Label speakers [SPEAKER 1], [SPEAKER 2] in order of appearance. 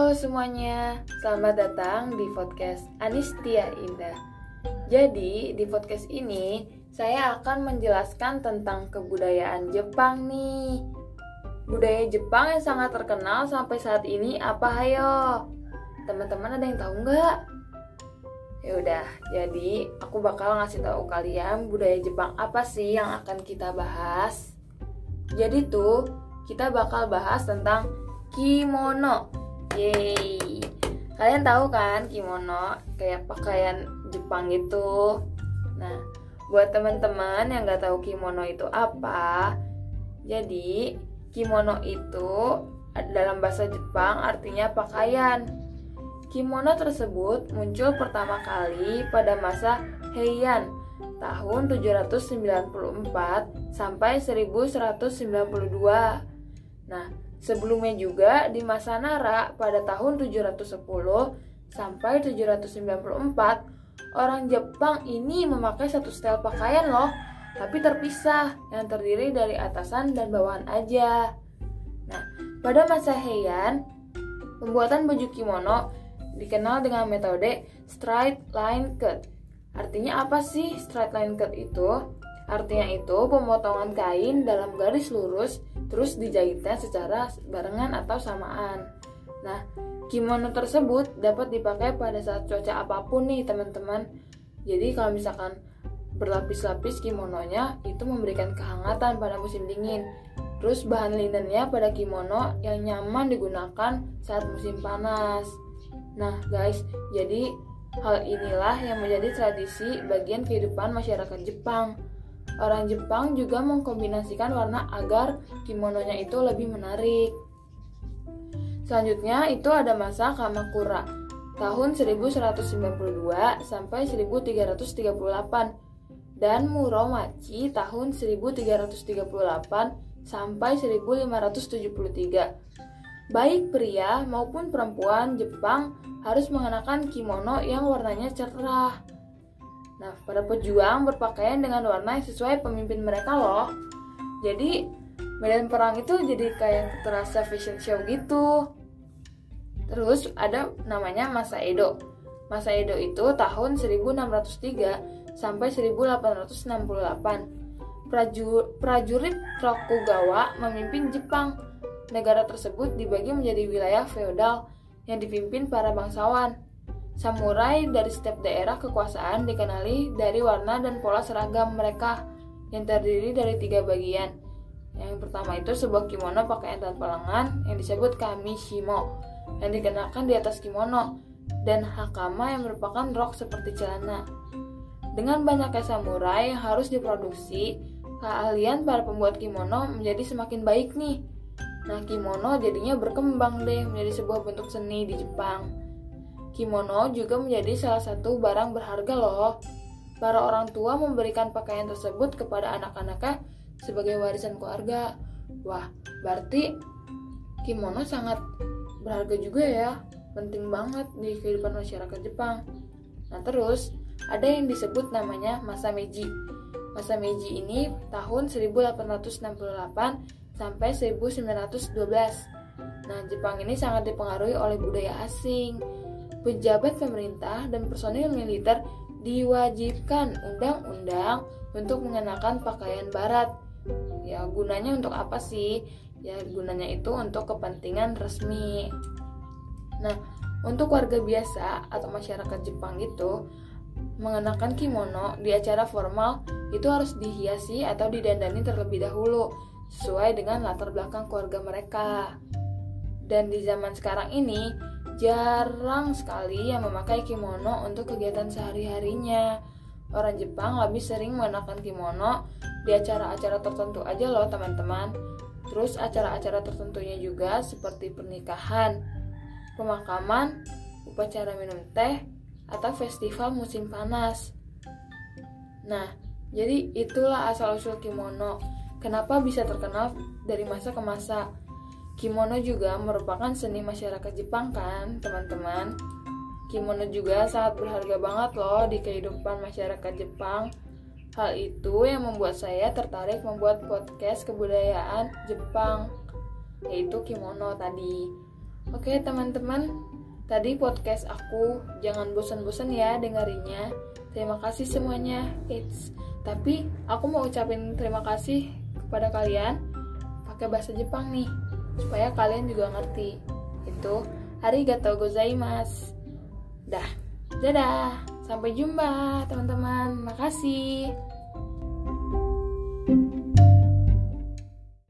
[SPEAKER 1] Halo semuanya, selamat datang di podcast Anistia Indah. Jadi di podcast ini saya akan menjelaskan tentang kebudayaan Jepang nih. Budaya Jepang yang sangat terkenal sampai saat ini apa hayo? Teman-teman ada yang tahu nggak? Ya udah, jadi aku bakal ngasih tahu kalian budaya Jepang apa sih yang akan kita bahas. Jadi tuh kita bakal bahas tentang kimono. Yeay. Kalian tahu kan kimono kayak pakaian Jepang gitu. Nah, buat teman-teman yang nggak tahu kimono itu apa, jadi kimono itu dalam bahasa Jepang artinya pakaian. Kimono tersebut muncul pertama kali pada masa Heian tahun 794 sampai 1192. Nah, sebelumnya juga di masa Nara pada tahun 710 sampai 794, orang Jepang ini memakai satu style pakaian loh, tapi terpisah yang terdiri dari atasan dan bawahan aja. Nah, pada masa Heian, pembuatan baju kimono dikenal dengan metode straight line cut. Artinya apa sih straight line cut itu? Artinya itu pemotongan kain dalam garis lurus terus dijahitnya secara barengan atau samaan. Nah, kimono tersebut dapat dipakai pada saat cuaca apapun nih teman-teman. Jadi kalau misalkan berlapis-lapis kimononya itu memberikan kehangatan pada musim dingin. Terus bahan linennya pada kimono yang nyaman digunakan saat musim panas. Nah guys, jadi hal inilah yang menjadi tradisi bagian kehidupan masyarakat Jepang. Orang Jepang juga mengkombinasikan warna agar kimononya itu lebih menarik. Selanjutnya itu ada masa Kamakura tahun 1192 sampai 1338 dan Muromachi tahun 1338 sampai 1573. Baik pria maupun perempuan Jepang harus mengenakan kimono yang warnanya cerah. Nah, para pejuang berpakaian dengan warna yang sesuai pemimpin mereka loh. Jadi, medan perang itu jadi kayak terasa fashion show gitu. Terus ada namanya masa Edo. Masa Edo itu tahun 1603 sampai 1868. Prajurit Tokugawa memimpin Jepang. Negara tersebut dibagi menjadi wilayah feodal yang dipimpin para bangsawan. Samurai dari setiap daerah kekuasaan dikenali dari warna dan pola seragam mereka yang terdiri dari 3 bagian. Yang pertama itu sebuah kimono pakaian tanpa lengan yang disebut kamishimo yang dikenakan di atas kimono, dan hakama yang merupakan rok seperti celana. Dengan banyaknya samurai yang harus diproduksi, keahlian para pembuat kimono menjadi semakin baik nih. Nah, kimono jadinya berkembang deh menjadi sebuah bentuk seni di Jepang. Kimono juga menjadi salah satu barang berharga loh. Para orang tua memberikan pakaian tersebut kepada anak-anaknya sebagai warisan keluarga. Wah, berarti kimono sangat berharga juga ya. Penting banget di kehidupan masyarakat Jepang. Nah, terus ada yang disebut namanya masa Meiji. Masa Meiji ini tahun 1868 sampai 1912. Nah, Jepang ini sangat dipengaruhi oleh budaya asing. Pejabat pemerintah dan personil militer diwajibkan undang-undang untuk mengenakan pakaian barat. Ya, gunanya untuk apa sih? Ya, gunanya itu untuk kepentingan resmi. Nah, untuk warga biasa atau masyarakat Jepang itu mengenakan kimono di acara formal itu harus dihiasi atau didandani terlebih dahulu sesuai dengan latar belakang keluarga mereka. Dan di zaman sekarang ini jarang sekali yang memakai kimono untuk kegiatan sehari-harinya. Orang Jepang lebih sering mengenakan kimono di acara-acara tertentu aja loh teman-teman. Terus acara-acara tertentunya juga seperti pernikahan, pemakaman, upacara minum teh, atau festival musim panas. Nah, jadi itulah asal-usul kimono. Kenapa bisa terkenal dari masa ke masa. Kimono juga merupakan seni masyarakat Jepang kan, teman-teman. Kimono juga sangat berharga banget loh di kehidupan masyarakat Jepang. Hal itu yang membuat saya tertarik membuat podcast kebudayaan Jepang, yaitu kimono tadi. Oke teman-teman, tadi podcast aku, jangan bosan-bosan ya dengerinnya. Terima kasih semuanya. Tapi aku mau ucapin terima kasih kepada kalian pakai bahasa Jepang nih, supaya kalian juga ngerti. Itu arigatou gozaimasu. Dadah. Sampai jumpa teman-teman. Makasih.